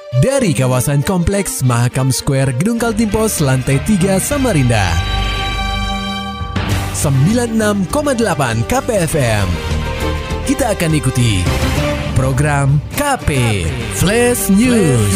Dari kawasan Kompleks Mahakam Square Gedung Kaltim Pos Lantai 3 Samarinda. 96,8 KPFM. Kita akan ikuti program KP Flash News.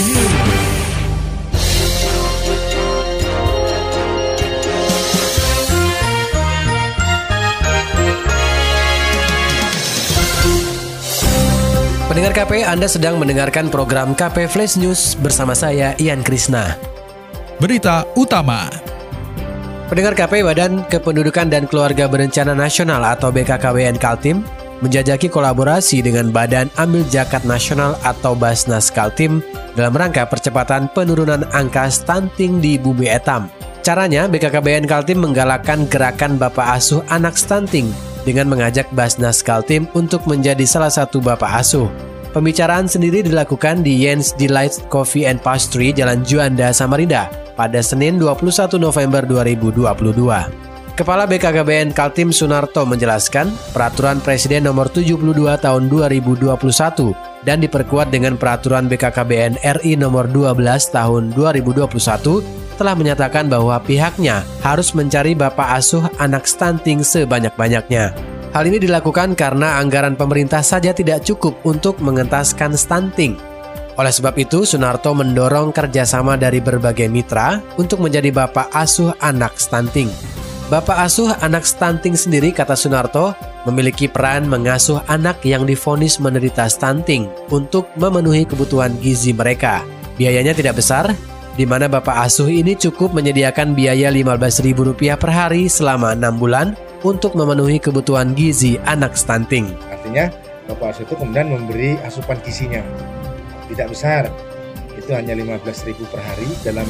Pendengar KP, Anda sedang mendengarkan program KP Flash News bersama saya, Ian Krisna. Berita utama. Pendengar KP, Badan Kependudukan dan Keluarga Berencana Nasional atau BKKBN Kaltim menjajaki kolaborasi dengan Badan Amil Zakat Nasional atau Basnas Kaltim dalam rangka percepatan penurunan angka stunting di Bumi Etam. Caranya, BKKBN Kaltim menggalakkan gerakan Bapak Asuh Anak Stunting dengan mengajak Basnas Kaltim untuk menjadi salah satu bapak asuh. Pembicaraan sendiri dilakukan di Jens Delight Coffee and Pastry, Jalan Juanda, Samarinda pada Senin 21 November 2022. Kepala BKKBN Kaltim Sunarto menjelaskan Peraturan Presiden Nomor 72 Tahun 2021 dan diperkuat dengan Peraturan BKKBN RI Nomor 12 Tahun 2021 telah menyatakan bahwa pihaknya harus mencari bapak asuh anak stunting sebanyak-banyaknya. Hal ini dilakukan karena anggaran pemerintah saja tidak cukup untuk mengentaskan stunting. Oleh sebab itu, Sunarto mendorong kerjasama dari berbagai mitra untuk menjadi bapak asuh anak stunting. Bapak asuh anak stunting sendiri, kata Sunarto, memiliki peran mengasuh anak yang divonis menderita stunting untuk memenuhi kebutuhan gizi mereka. Biayanya tidak besar, di mana bapak asuh ini cukup menyediakan biaya Rp15.000 per hari selama 6 bulan untuk memenuhi kebutuhan gizi anak stunting. Artinya bapak asuh itu kemudian memberi asupan gizinya tidak besar, itu hanya Rp15.000 per hari dalam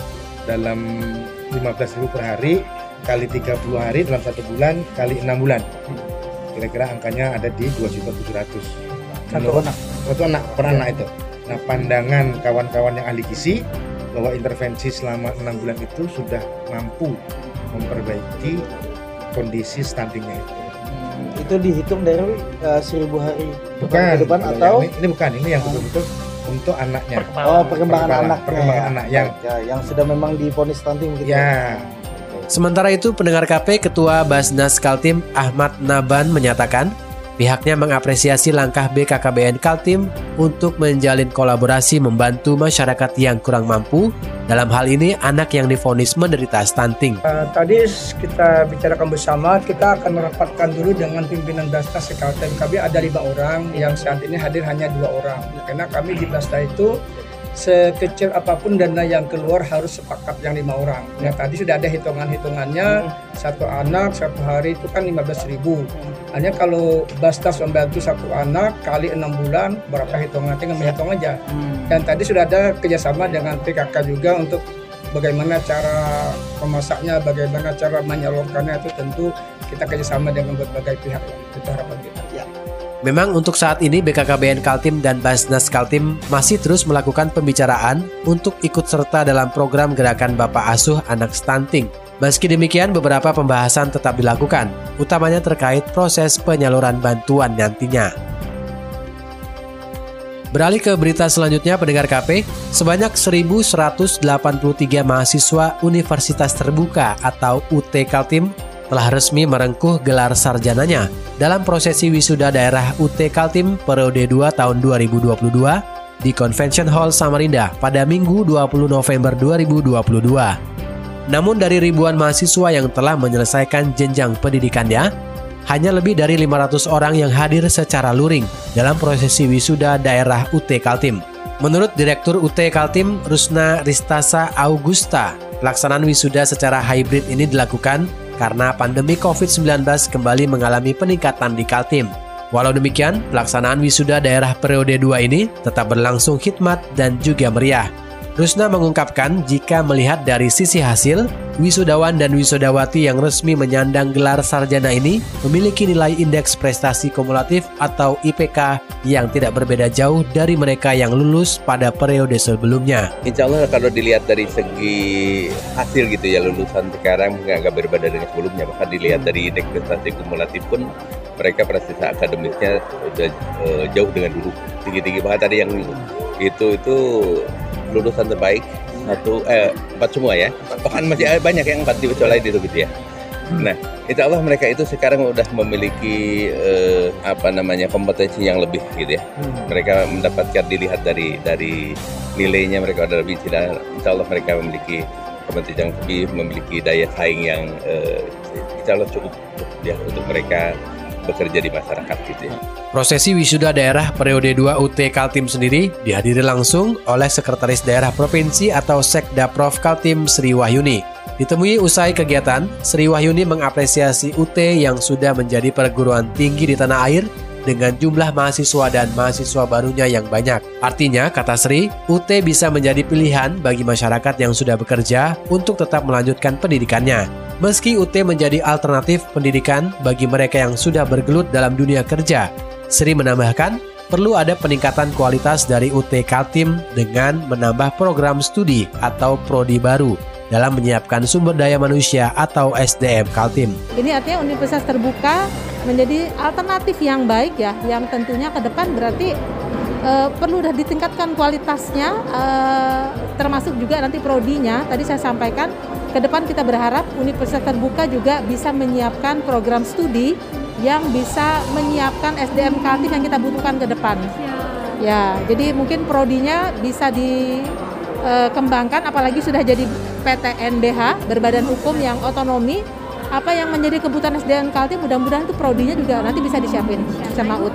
Rp15.000 per hari kali 30 hari dalam 1 bulan kali 6 bulan. Kira-kira angkanya ada di 2.700.000 satu anak per anak itu. Nah, pandangan kawan-kawan yang ahli gizi bahwa intervensi selama 6 bulan itu sudah mampu memperbaiki kondisi stuntingnya itu. Itu dihitung dari 1.000 hari bukan, ke depan atau? Ini bukan, ini yang betul-betul untuk anaknya. Perkembangan anak yang sudah memang divonis stunting gitu. Ya. Sementara itu, pendengar KP, Ketua Basnas Kaltim Ahmad Naban menyatakan pihaknya mengapresiasi langkah BKKBN Kaltim untuk menjalin kolaborasi membantu masyarakat yang kurang mampu, dalam hal ini anak yang divonis menderita stunting. Tadi kita bicarakan bersama, kita akan merapatkan dulu dengan pimpinan Basnas Kaltim. Kami ada 5 orang, yang saat ini hadir hanya 2 orang. Karena kami di Basnas itu sekecil apapun dana yang keluar harus sepakat yang 5 orang. Nah, tadi sudah ada hitungannya, satu anak 1 hari itu kan 15.000. Hanya kalau Basnas membantu 1 anak kali 6 bulan berapa hitungan, tinggal menghitung aja. Dan tadi sudah ada kerjasama dengan PKK juga untuk bagaimana cara memasaknya, bagaimana cara menyalurkannya, itu tentu kita kerjasama dengan berbagai pihak. Itu harapan kita. Ya. Memang untuk saat ini BKKBN Kaltim dan Basnas Kaltim masih terus melakukan pembicaraan untuk ikut serta dalam program gerakan Bapak Asuh Anak Stunting. Meski demikian, beberapa pembahasan tetap dilakukan, utamanya terkait proses penyaluran bantuan nantinya. Beralih ke berita selanjutnya, pendengar KP, sebanyak 1.183 mahasiswa Universitas Terbuka atau UT Kaltim telah resmi merengkuh gelar sarjananya dalam prosesi wisuda daerah UT Kaltim periode 2 tahun 2022 di Convention Hall Samarinda pada Minggu 20 November 2022. Namun dari ribuan mahasiswa yang telah menyelesaikan jenjang pendidikannya, hanya lebih dari 500 orang yang hadir secara luring dalam prosesi wisuda daerah UT Kaltim. Menurut Direktur UT Kaltim, Rusna Ristasa Augusta, pelaksanaan wisuda secara hybrid ini dilakukan karena pandemi COVID-19 kembali mengalami peningkatan di Kaltim. Walau demikian, pelaksanaan wisuda daerah periode 2 ini tetap berlangsung khidmat dan juga meriah. Rusna mengungkapkan jika melihat dari sisi hasil, wisudawan dan wisudawati yang resmi menyandang gelar sarjana ini memiliki nilai indeks prestasi kumulatif atau IPK yang tidak berbeda jauh dari mereka yang lulus pada periode sebelumnya. Insya Allah kalau dilihat dari segi hasil gitu ya, lulusan sekarang agak berbeda dengan sebelumnya. Bahkan dilihat dari indeks prestasi kumulatif pun mereka prestasi akademisnya sudah jauh dengan dulu, tinggi-tinggi. Bahkan tadi yang itu lulusan terbaik 4 semua ya. Bahkan masih banyak yang 4 dipercaya itu gitu ya. Nah, insya Allah mereka itu sekarang udah memiliki kompetensi yang lebih gitu ya. Mereka mendapatkan dilihat dari nilainya mereka udah lebih, insya Allah mereka memiliki kompetensi yang lebih, memiliki daya saing yang insya Allah cukup ya untuk mereka bekerja di masyarakat gitu ya. Prosesi wisuda daerah periode 2 UT Kaltim sendiri dihadiri langsung oleh Sekretaris Daerah Provinsi atau Sekda Prof Kaltim Sri Wahyuni. Ditemui usai kegiatan, Sri Wahyuni mengapresiasi UT yang sudah menjadi perguruan tinggi di tanah air dengan jumlah mahasiswa dan mahasiswa barunya yang banyak. Artinya, kata Sri, UT bisa menjadi pilihan bagi masyarakat yang sudah bekerja untuk tetap melanjutkan pendidikannya. Meski UT menjadi alternatif pendidikan bagi mereka yang sudah bergelut dalam dunia kerja, Sri menambahkan, perlu ada peningkatan kualitas dari UT Kaltim dengan menambah program studi atau prodi baru dalam menyiapkan sumber daya manusia atau SDM Kaltim. Ini artinya universitas terbuka menjadi alternatif yang baik ya, yang tentunya ke depan berarti perlu ditingkatkan kualitasnya, termasuk juga nanti prodinya. Tadi saya sampaikan, ke depan kita berharap universitas terbuka juga bisa menyiapkan program studi yang bisa menyiapkan SDM Kaltim yang kita butuhkan ke depan. Ya, jadi mungkin prodinya bisa dikembangkan, apalagi sudah jadi PTNBH, berbadan hukum yang otonomi. Apa yang menjadi kebutuhan SDM Kaltim, mudah-mudahan itu prodinya juga nanti bisa disiapin sama UT.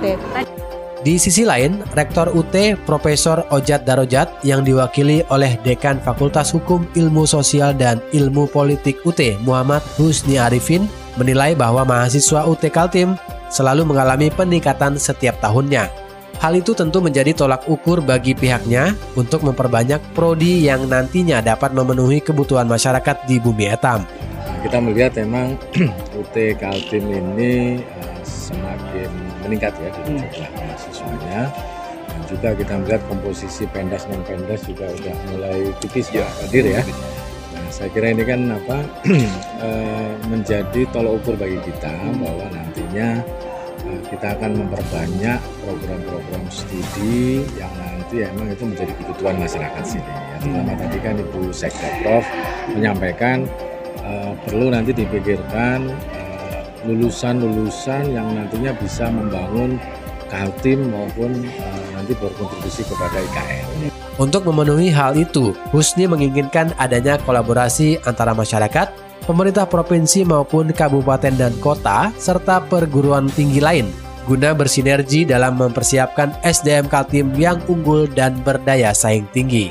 Di sisi lain, Rektor UT Profesor Ojat Darojat yang diwakili oleh Dekan Fakultas Hukum Ilmu Sosial dan Ilmu Politik UT Muhammad Husni Arifin menilai bahwa mahasiswa UT Kaltim selalu mengalami peningkatan setiap tahunnya. Hal itu tentu menjadi tolak ukur bagi pihaknya untuk memperbanyak prodi yang nantinya dapat memenuhi kebutuhan masyarakat di Bumi Etam. Kita melihat memang UT Kaltim ini semakin meningkat ya di jumlah mahasiswanya, dan juga kita melihat komposisi pendas non pendas juga sudah mulai tipis ya hadir ya. Nah, saya kira ini kan menjadi tolak ukur bagi kita bahwa nantinya kita akan memperbanyak program-program studi yang nanti emang itu menjadi kebutuhan masyarakat sini. Ya, terutama tadi kan Ibu Sekda Prof menyampaikan perlu nanti dipikirkan lulusan-lulusan yang nantinya bisa membangun Kaltim maupun nanti berkontribusi kepada IKN. Untuk memenuhi hal itu, Husni menginginkan adanya kolaborasi antara masyarakat, pemerintah provinsi maupun kabupaten dan kota, serta perguruan tinggi lain, guna bersinergi dalam mempersiapkan SDM Kaltim yang unggul dan berdaya saing tinggi.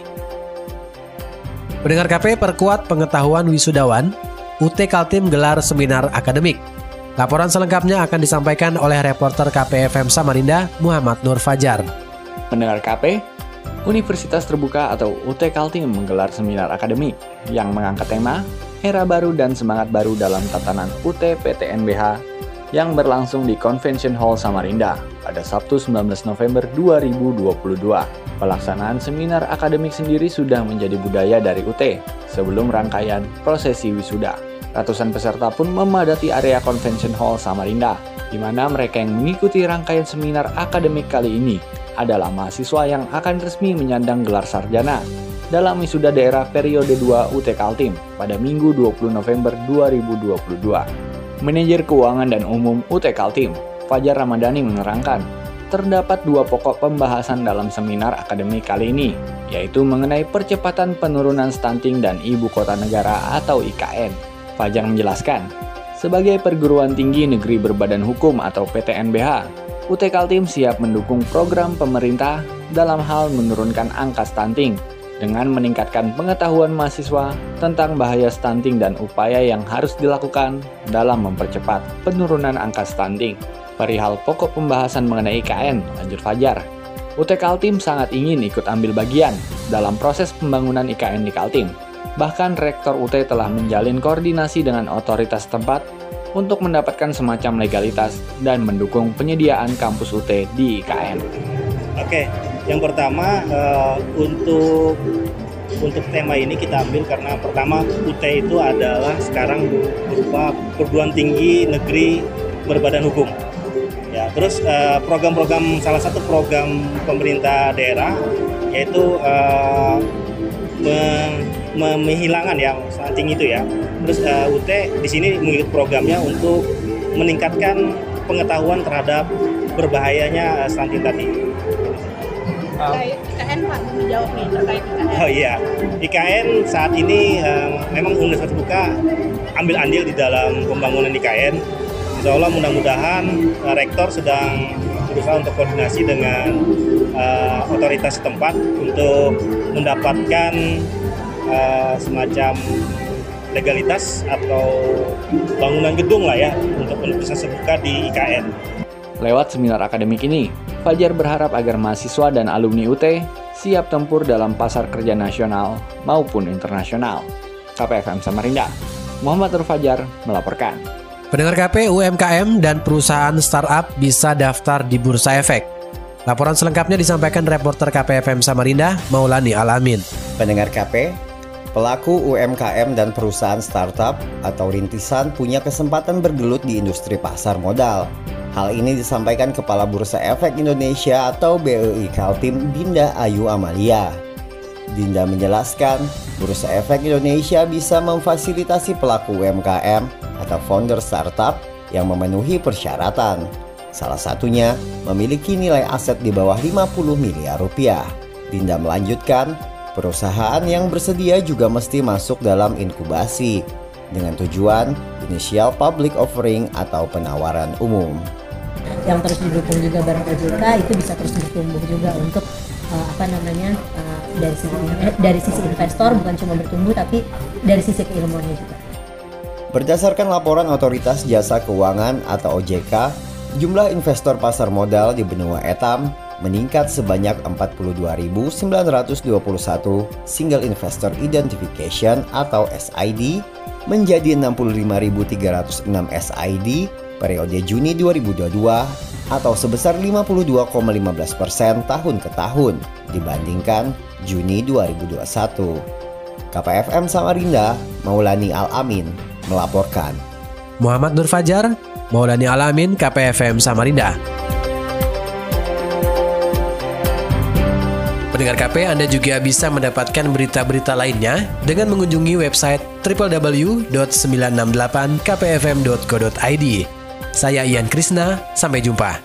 Pendengar KP, perkuat pengetahuan wisudawan, UT Kaltim gelar seminar akademik. Laporan selengkapnya akan disampaikan oleh reporter KPFM Samarinda, Muhammad Nur Fajar. Pendengar KP, Universitas Terbuka atau UT Kaltim menggelar seminar akademik yang mengangkat tema Era Baru dan Semangat Baru dalam Tatanan UT PTNBH yang berlangsung di Convention Hall Samarinda pada Sabtu 19 November 2022. Pelaksanaan seminar akademik sendiri sudah menjadi budaya dari UT sebelum rangkaian prosesi wisuda. Ratusan peserta pun memadati area Convention Hall Samarinda, di mana mereka yang mengikuti rangkaian seminar akademik kali ini adalah mahasiswa yang akan resmi menyandang gelar sarjana dalam wisuda daerah periode 2 UT Kaltim pada Minggu 20 November 2022. Manajer Keuangan dan Umum UT Kaltim, Fajar Ramadhani menerangkan, terdapat 2 pokok pembahasan dalam seminar akademik kali ini, yaitu mengenai percepatan penurunan stunting dan ibu kota negara atau IKN. Fajar menjelaskan, sebagai perguruan tinggi negeri berbadan hukum atau PTNBH, UT Kaltim siap mendukung program pemerintah dalam hal menurunkan angka stunting dengan meningkatkan pengetahuan mahasiswa tentang bahaya stunting dan upaya yang harus dilakukan dalam mempercepat penurunan angka stunting. Perihal pokok pembahasan mengenai IKN, lanjut Fajar, UT Kaltim sangat ingin ikut ambil bagian dalam proses pembangunan IKN di Kaltim. Bahkan Rektor UT telah menjalin koordinasi dengan otoritas tempat untuk mendapatkan semacam legalitas dan mendukung penyediaan kampus UT di IKN. Oke, yang pertama untuk tema ini kita ambil karena pertama UT itu adalah sekarang berupa perguruan tinggi negeri berbadan hukum. Ya, terus program-program salah satu program pemerintah daerah yaitu menghilangkan ya stunting itu ya. Terus UT di sini mengikuti programnya untuk meningkatkan pengetahuan terhadap berbahayanya stunting tadi. IKN Pak menjawab nih terkait IKN. Oh iya, IKN saat ini memang Universitas Terbuka ambil andil di dalam pembangunan IKN. Insya Allah mudah-mudahan rektor sedang berusaha untuk koordinasi dengan otoritas setempat untuk mendapatkan semacam legalitas atau bangunan gedung lah ya untuk Universitas Terbuka di IKN. Lewat seminar akademik ini, Fajar berharap agar mahasiswa dan alumni UT siap tempur dalam pasar kerja nasional maupun internasional. KPFM Samarinda, Muhammad Nur Fajar melaporkan. Pendengar KP, UMKM dan perusahaan startup bisa daftar di Bursa Efek. Laporan selengkapnya disampaikan reporter KPFM Samarinda, Maulani Alamin. Pendengar KP, pelaku UMKM dan perusahaan startup atau rintisan punya kesempatan bergelut di industri pasar modal. Hal ini disampaikan Kepala Bursa Efek Indonesia atau BEI Kaltim, Dinda Ayu Amalia. Dinda menjelaskan, Bursa Efek Indonesia bisa memfasilitasi pelaku UMKM atau founder startup yang memenuhi persyaratan. Salah satunya memiliki nilai aset di bawah 50 miliar rupiah. Dinda melanjutkan, perusahaan yang bersedia juga mesti masuk dalam inkubasi dengan tujuan initial public offering atau penawaran umum. Yang terus didukung juga bareng OJK itu bisa terus bertumbuh juga untuk dari sisi investor bukan cuma bertumbuh tapi dari sisi keilmuannya juga. Berdasarkan laporan Otoritas Jasa Keuangan atau OJK, jumlah investor pasar modal di benua Etam meningkat sebanyak 42.921 Single Investor Identification atau SID menjadi 65.306 SID periode Juni 2022 atau sebesar 52,15% tahun ke tahun dibandingkan Juni 2021. KPFM Samarinda, Maulani Alamin melaporkan. Muhammad Nur Fajar, Maulani Alamin, KPFM Samarinda. Pendengar KP, Anda juga bisa mendapatkan berita-berita lainnya dengan mengunjungi website www.968kpfm.co.id. Saya Ian Krisna, sampai jumpa.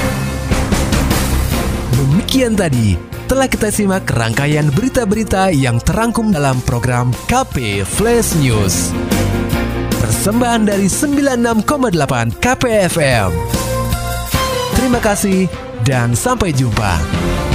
Demikian tadi telah kita simak rangkaian berita-berita yang terangkum dalam program KP Flash News. Persembahan dari 96,8 KPFM. Terima kasih dan sampai jumpa.